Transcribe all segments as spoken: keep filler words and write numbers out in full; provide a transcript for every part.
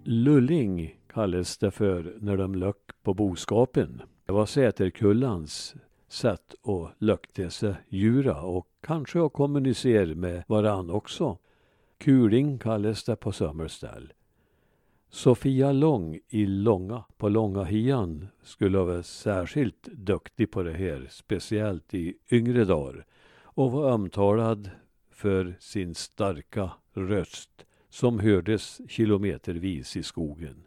Lulling kallades det för när de löck på boskapen. Det var Säterkullans sätt att lökte sig djura och kanske att kommunicera med varann också. Kuling kallades det på Sömmerställ. Sofia Lång i Långa på Långa Hian skulle vara särskilt duktig på det här, speciellt i yngre dagar, och var omtalad för sin starka röst som hördes kilometervis i skogen.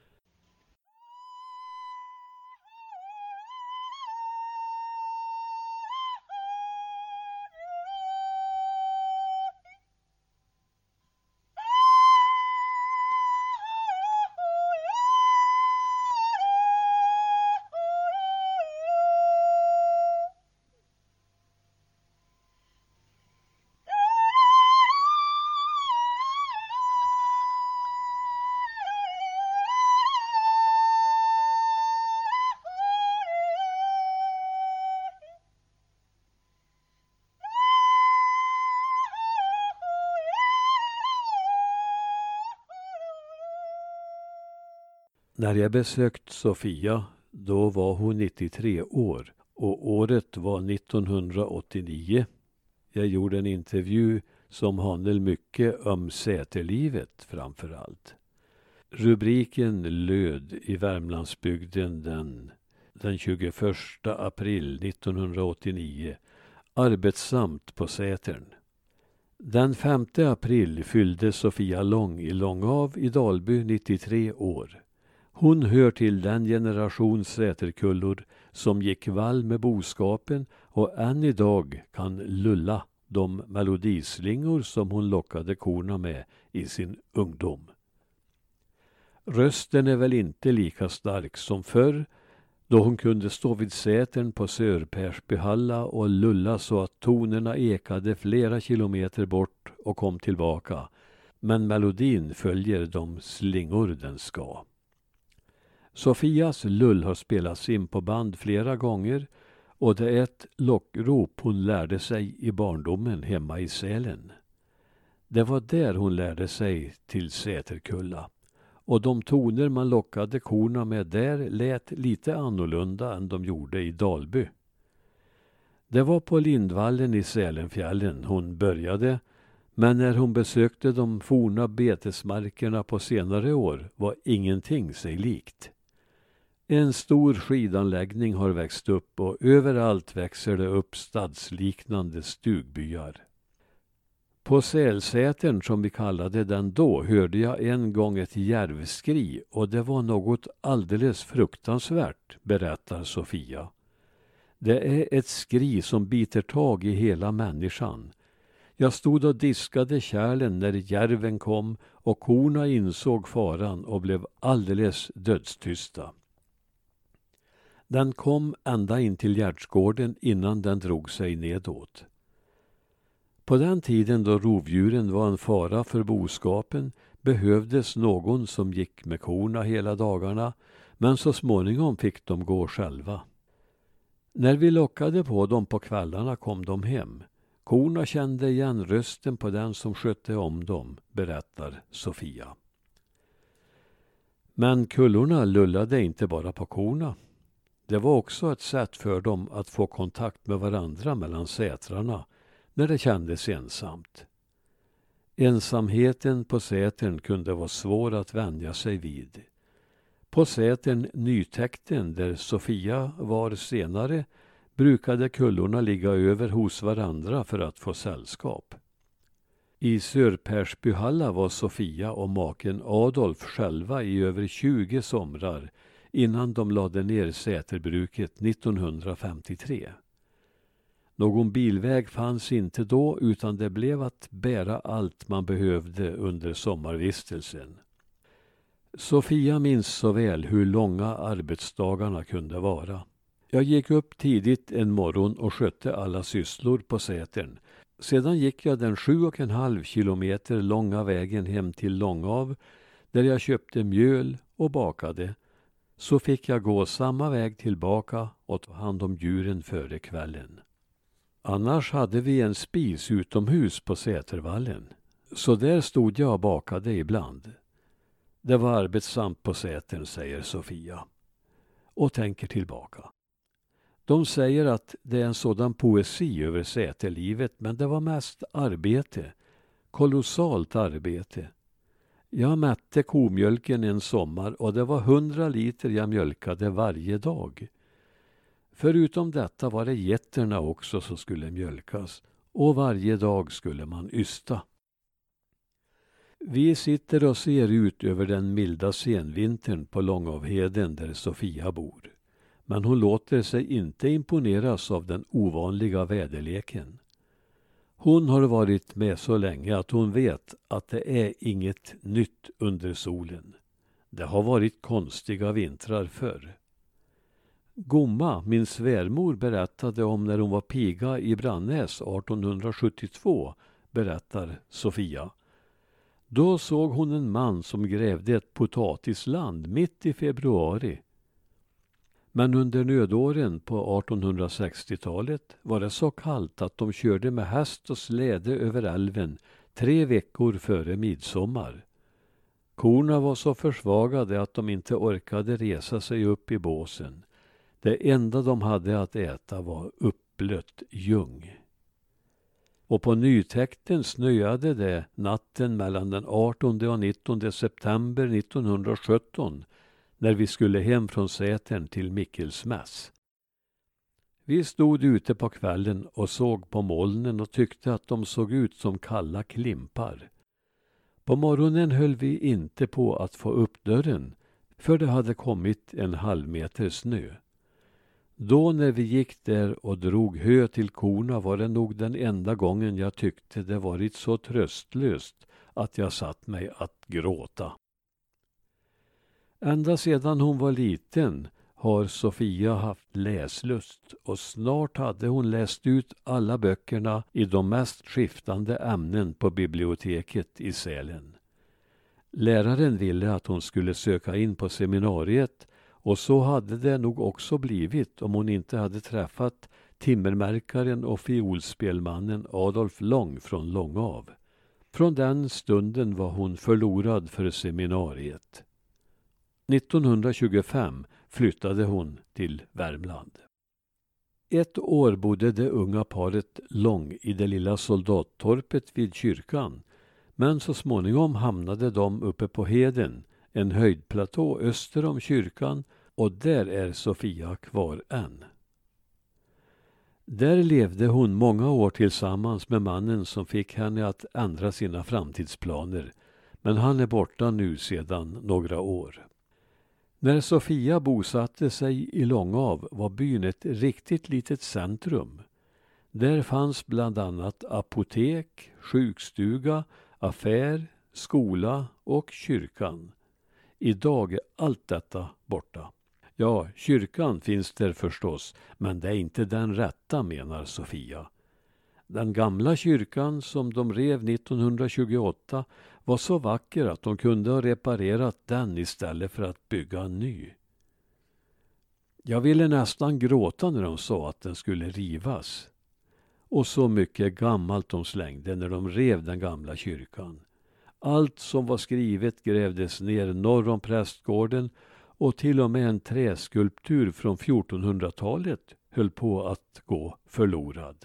När jag besökt Sofia, då var hon nittiotre år och året var nittonhundraåttionio. Jag gjorde en intervju som handlade mycket om Säterlivet framför allt. Rubriken löd i Värmlandsbygden den, den tjugoförsta april nittonhundraåttionio, arbetsamt på Sätern. Den femte april fyllde Sofia Lång i Långav i Dalby nittiotre år. Hon hör till den generation säterkullor som gick vall med boskapen och än idag kan lulla de melodislingor som hon lockade korna med i sin ungdom. Rösten är väl inte lika stark som förr, då hon kunde stå vid sätern på Sörpersbyhalla och lulla så att tonerna ekade flera kilometer bort och kom tillbaka. Men melodin följer de slingor den ska. Sofias lull har spelats in på band flera gånger och det är ett lockrop hon lärde sig i barndomen hemma i Sälen. Det var där hon lärde sig till Säterkulla. Och de toner man lockade korna med där lät lite annorlunda än de gjorde i Dalby. Det var på Lindvallen i Sälenfjällen hon började, men när hon besökte de forna betesmarkerna på senare år var ingenting sig likt. En stor skidanläggning har växt upp och överallt växer det upp stadsliknande stugbyar. På Sälsätern, som vi kallade den då, hörde jag en gång ett järvskri och det var något alldeles fruktansvärt, berättar Sofia. Det är ett skri som biter tag i hela människan. Jag stod och diskade kärlen när järven kom och korna insåg faran och blev alldeles dödstysta. Den kom ända in till Gärdsgården innan den drog sig nedåt. På den tiden då rovdjuren var en fara för boskapen behövdes någon som gick med korna hela dagarna, men så småningom fick de gå själva. När vi lockade på dem på kvällarna kom de hem. Korna kände igen rösten på den som skötte om dem, berättar Sofia. Men kullorna lullade inte bara på korna. Det var också ett sätt för dem att få kontakt med varandra mellan sätrarna när det kändes ensamt. Ensamheten på sätern kunde vara svår att vänja sig vid. På sätern Nytäkten, där Sofia var senare, brukade kullorna ligga över hos varandra för att få sällskap. I Sörpersbyhalla var Sofia och maken Adolf själva i över tjugo somrar innan de lade ner säterbruket nittonhundrafemtiotre. Någon bilväg fanns inte då utan det blev att bära allt man behövde under sommarvistelsen. Sofia minns så väl hur långa arbetsdagarna kunde vara. Jag gick upp tidigt en morgon och skötte alla sysslor på sätern. Sedan gick jag den sju och en halv kilometer långa vägen hem till Långav där jag köpte mjöl och bakade. Så fick jag gå samma väg tillbaka och ta hand om djuren före kvällen. Annars hade vi en spis utomhus på Sätervallen, så där stod jag och bakade ibland. Det var arbetsamt på Sätern, säger Sofia. Och tänker tillbaka. De säger att det är en sådan poesi över Säterlivet, men det var mest arbete. Kolossalt arbete. Jag mätte komjölken en sommar och det var hundra liter jag mjölkade varje dag. Förutom detta var det getterna också som skulle mjölkas och varje dag skulle man ysta. Vi sitter och ser ut över den milda senvintern på Långavheden där Sofia bor. Men hon låter sig inte imponeras av den ovanliga väderleken. Hon har varit med så länge att hon vet att det är inget nytt under solen. Det har varit konstiga vintrar förr. Gomma, min svärmor, berättade om när hon var piga i Brannäs arton sjuttiotvå, berättar Sofia. Då såg hon en man som grävde ett potatisland mitt i februari. Men under nödåren på artonhundrasextiotalet var det så kallt att de körde med häst och släde över älven tre veckor före midsommar. Korna var så försvagade att de inte orkade resa sig upp i båsen. Det enda de hade att äta var uppblött ljung. Och på nytäkten snöade det natten mellan den artonde och nittonde september nittonhundrasjutton när vi skulle hem från Sätern till Mickelsmäss. Vi stod ute på kvällen och såg på molnen och tyckte att de såg ut som kalla klimpar. På morgonen höll vi inte på att få upp dörren, för det hade kommit en halv meter snö. Då när vi gick där och drog hö till korna var det nog den enda gången jag tyckte det varit så tröstlöst att jag satt mig att gråta. Ända sedan hon var liten har Sofia haft läslust och snart hade hon läst ut alla böckerna i de mest skiftande ämnen på biblioteket i Sälen. Läraren ville att hon skulle söka in på seminariet och så hade det nog också blivit om hon inte hade träffat timmermärkaren och fiolspelmannen Adolf Lång från Långav. Från den stunden var hon förlorad för seminariet. nittonhundratjugofem flyttade hon till Värmland. Ett år bodde det unga paret Lång i det lilla soldattorpet vid kyrkan, men så småningom hamnade de uppe på heden, en höjdplatå öster om kyrkan, och där är Sofia kvar än. Där levde hon många år tillsammans med mannen som fick henne att ändra sina framtidsplaner, men han är borta nu sedan några år. När Sofia bosatte sig i Långav var byn ett riktigt litet centrum. Där fanns bland annat apotek, sjukstuga, affär, skola och kyrkan. Idag är allt detta borta. Ja, kyrkan finns där förstås, men det är inte den rätta, menar Sofia. Den gamla kyrkan som de rev nittonhundratjugoåtta var så vacker att de kunde ha reparerat den istället för att bygga en ny. Jag ville nästan gråta när de sa att den skulle rivas. Och så mycket gammalt de slängde när de rev den gamla kyrkan. Allt som var skrivet grävdes ner norr om prästgården och till och med en träskulptur från fjortonhundratalet höll på att gå förlorad.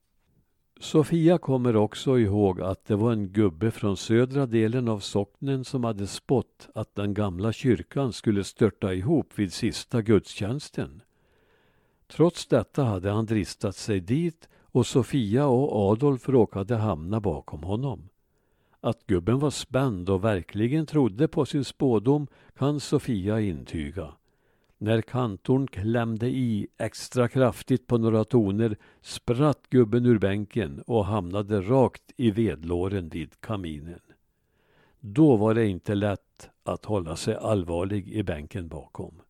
Sofia kommer också ihåg att det var en gubbe från södra delen av socknen som hade spått att den gamla kyrkan skulle störta ihop vid sista gudstjänsten. Trots detta hade han dristat sig dit och Sofia och Adolf råkade hamna bakom honom. Att gubben var spänd och verkligen trodde på sin spådom kan Sofia intyga. När kantorn klämde i extra kraftigt på några toner spratt gubben ur bänken och hamnade rakt i vedlåren vid kaminen. Då var det inte lätt att hålla sig allvarlig i bänken bakom.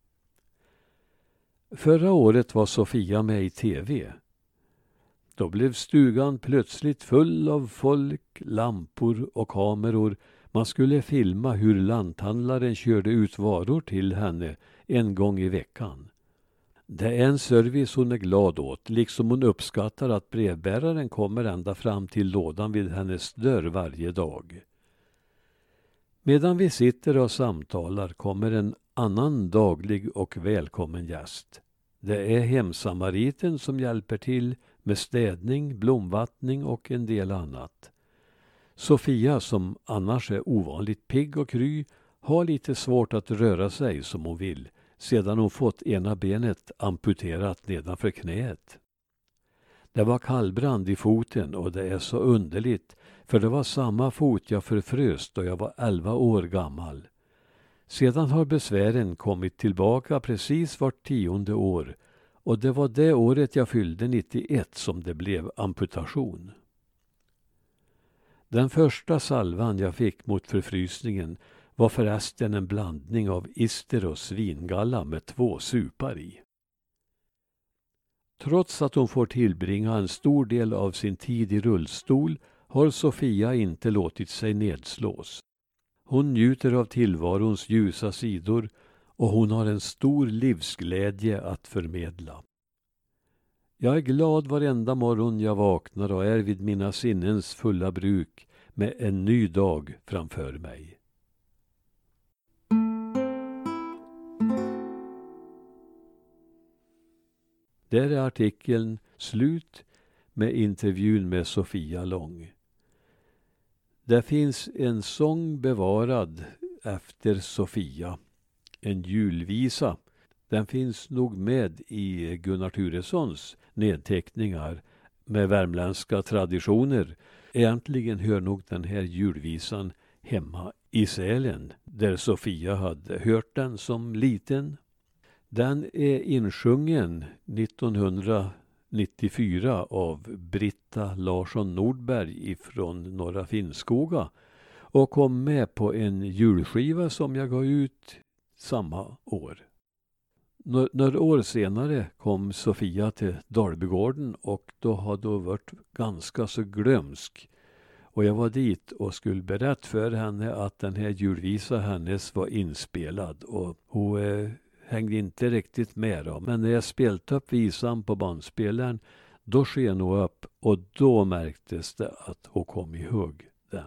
Förra året var Sofia med i tv. Då blev stugan plötsligt full av folk, lampor och kameror. Man skulle filma hur lanthandlaren körde ut varor till henne en gång i veckan. Det är en service hon är glad åt, liksom hon uppskattar att brevbäraren kommer ända fram till lådan vid hennes dörr varje dag. Medan vi sitter och samtalar kommer en annan daglig och välkommen gäst. Det är hemsamariten som hjälper till med städning, blomvattning och en del annat. Sofia, som annars är ovanligt pigg och kry, har lite svårt att röra sig som hon vill sedan hon fått ena benet amputerat nedanför knät. Det var kallbrand i foten och det är så underligt, för det var samma fot jag förfrös då jag var elva år gammal. Sedan har besvären kommit tillbaka precis vart tionde år, och det var det året jag fyllde nittioett som det blev amputation. Den första salvan jag fick mot förfrysningen var förresten en blandning av ister och svingalla med två supar i. Trots att hon får tillbringa en stor del av sin tid i rullstol har Sofia inte låtit sig nedslås. Hon njuter av tillvarons ljusa sidor och hon har en stor livsglädje att förmedla. Jag är glad varenda morgon jag vaknar och är vid mina sinnens fulla bruk med en ny dag framför mig. Där är artikeln slut med intervjun med Sofia Lång. Det finns en sång bevarad efter Sofia, en julvisa. Den finns nog med i Gunnar Turessons nedteckningar med värmländska traditioner. Egentligen hör nog den här julvisan hemma i Sälen, där Sofia hade hört den som liten. Den är insjungen nittonhundranittiofyra av Britta Larsson Nordberg ifrån Norra Finnskoga och kom med på en julskiva som jag gav ut samma år. Nå- några år senare kom Sofia till Dalbygården och då hade hon varit ganska så glömsk. Och jag var dit och skulle berätta för henne att den här julvisa hennes var inspelad och hon eh, hängde inte riktigt med då. Men när jag spelat upp visan på bandspelaren, då sken hon upp och då märktes det att hon kom ihåg den.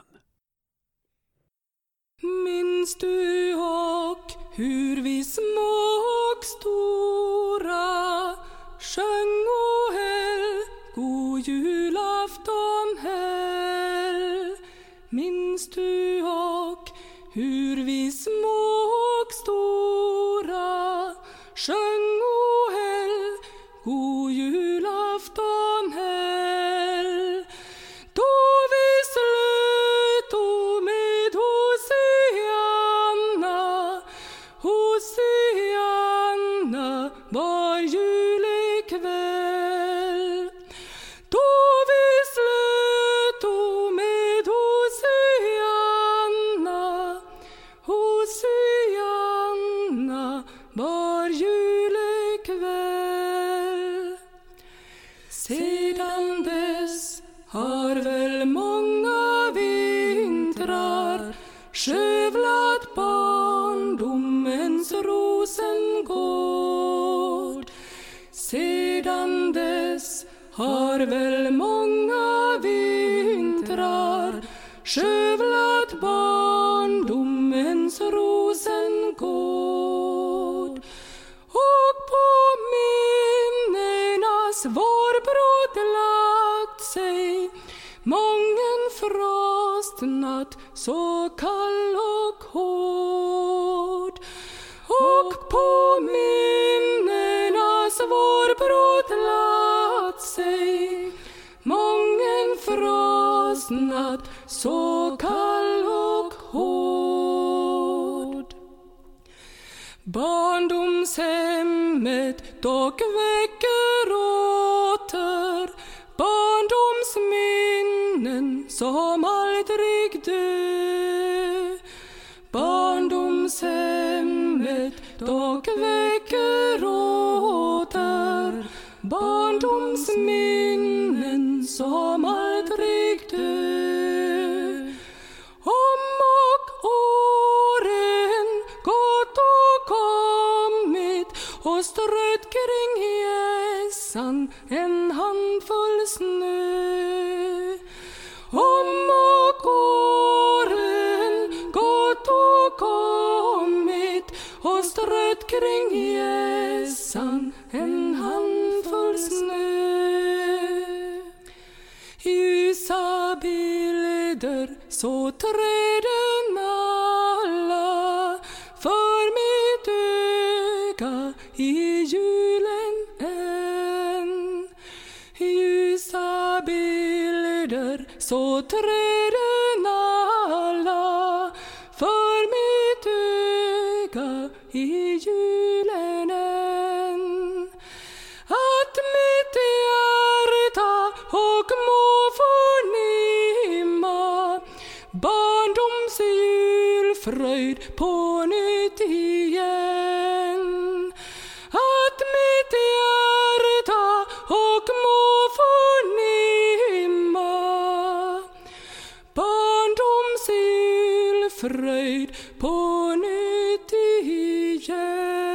Minns du och hur vi små och stora sjöng och häll, god julafton häll. Minns du och hur vi små och stora sjöng och häll, god julafton häll. Då vi slut och med Hosianna, Hosianna var julekväll. Då vi slut och med Hosianna, Hosianna var julekväll. Sedan dess har väl många vintrar skövlat barndomens rosengård. Sedan dess har väl många vintrar skövlat barndomens rosengård. Och på minnenas vårbrott lagt sig mången frostnatt så kall och hård. Och på minnenas vårbrott lagt sig mången frostnatt så kall och hård. Barndomshemmet dock väcker åter barndomsminnen som aldrig dö. Barndomshemmet dock väcker åter barndomsminnen som aldrig dö. Om och åren gått och kommit och strött kring Gässan en handfull snö. Om och åren gått och kring gässan en handfull snö. Ljusa bilder så träden alla för mitt öga i julen än. Ljusa bilder så träden alla för mitt öga i julen än. Att mitt hjärta och må förnimma barndoms julfröjd på nytt igen. Att mitt hjärta och må förnimma barndoms julfröjd på nytt igen.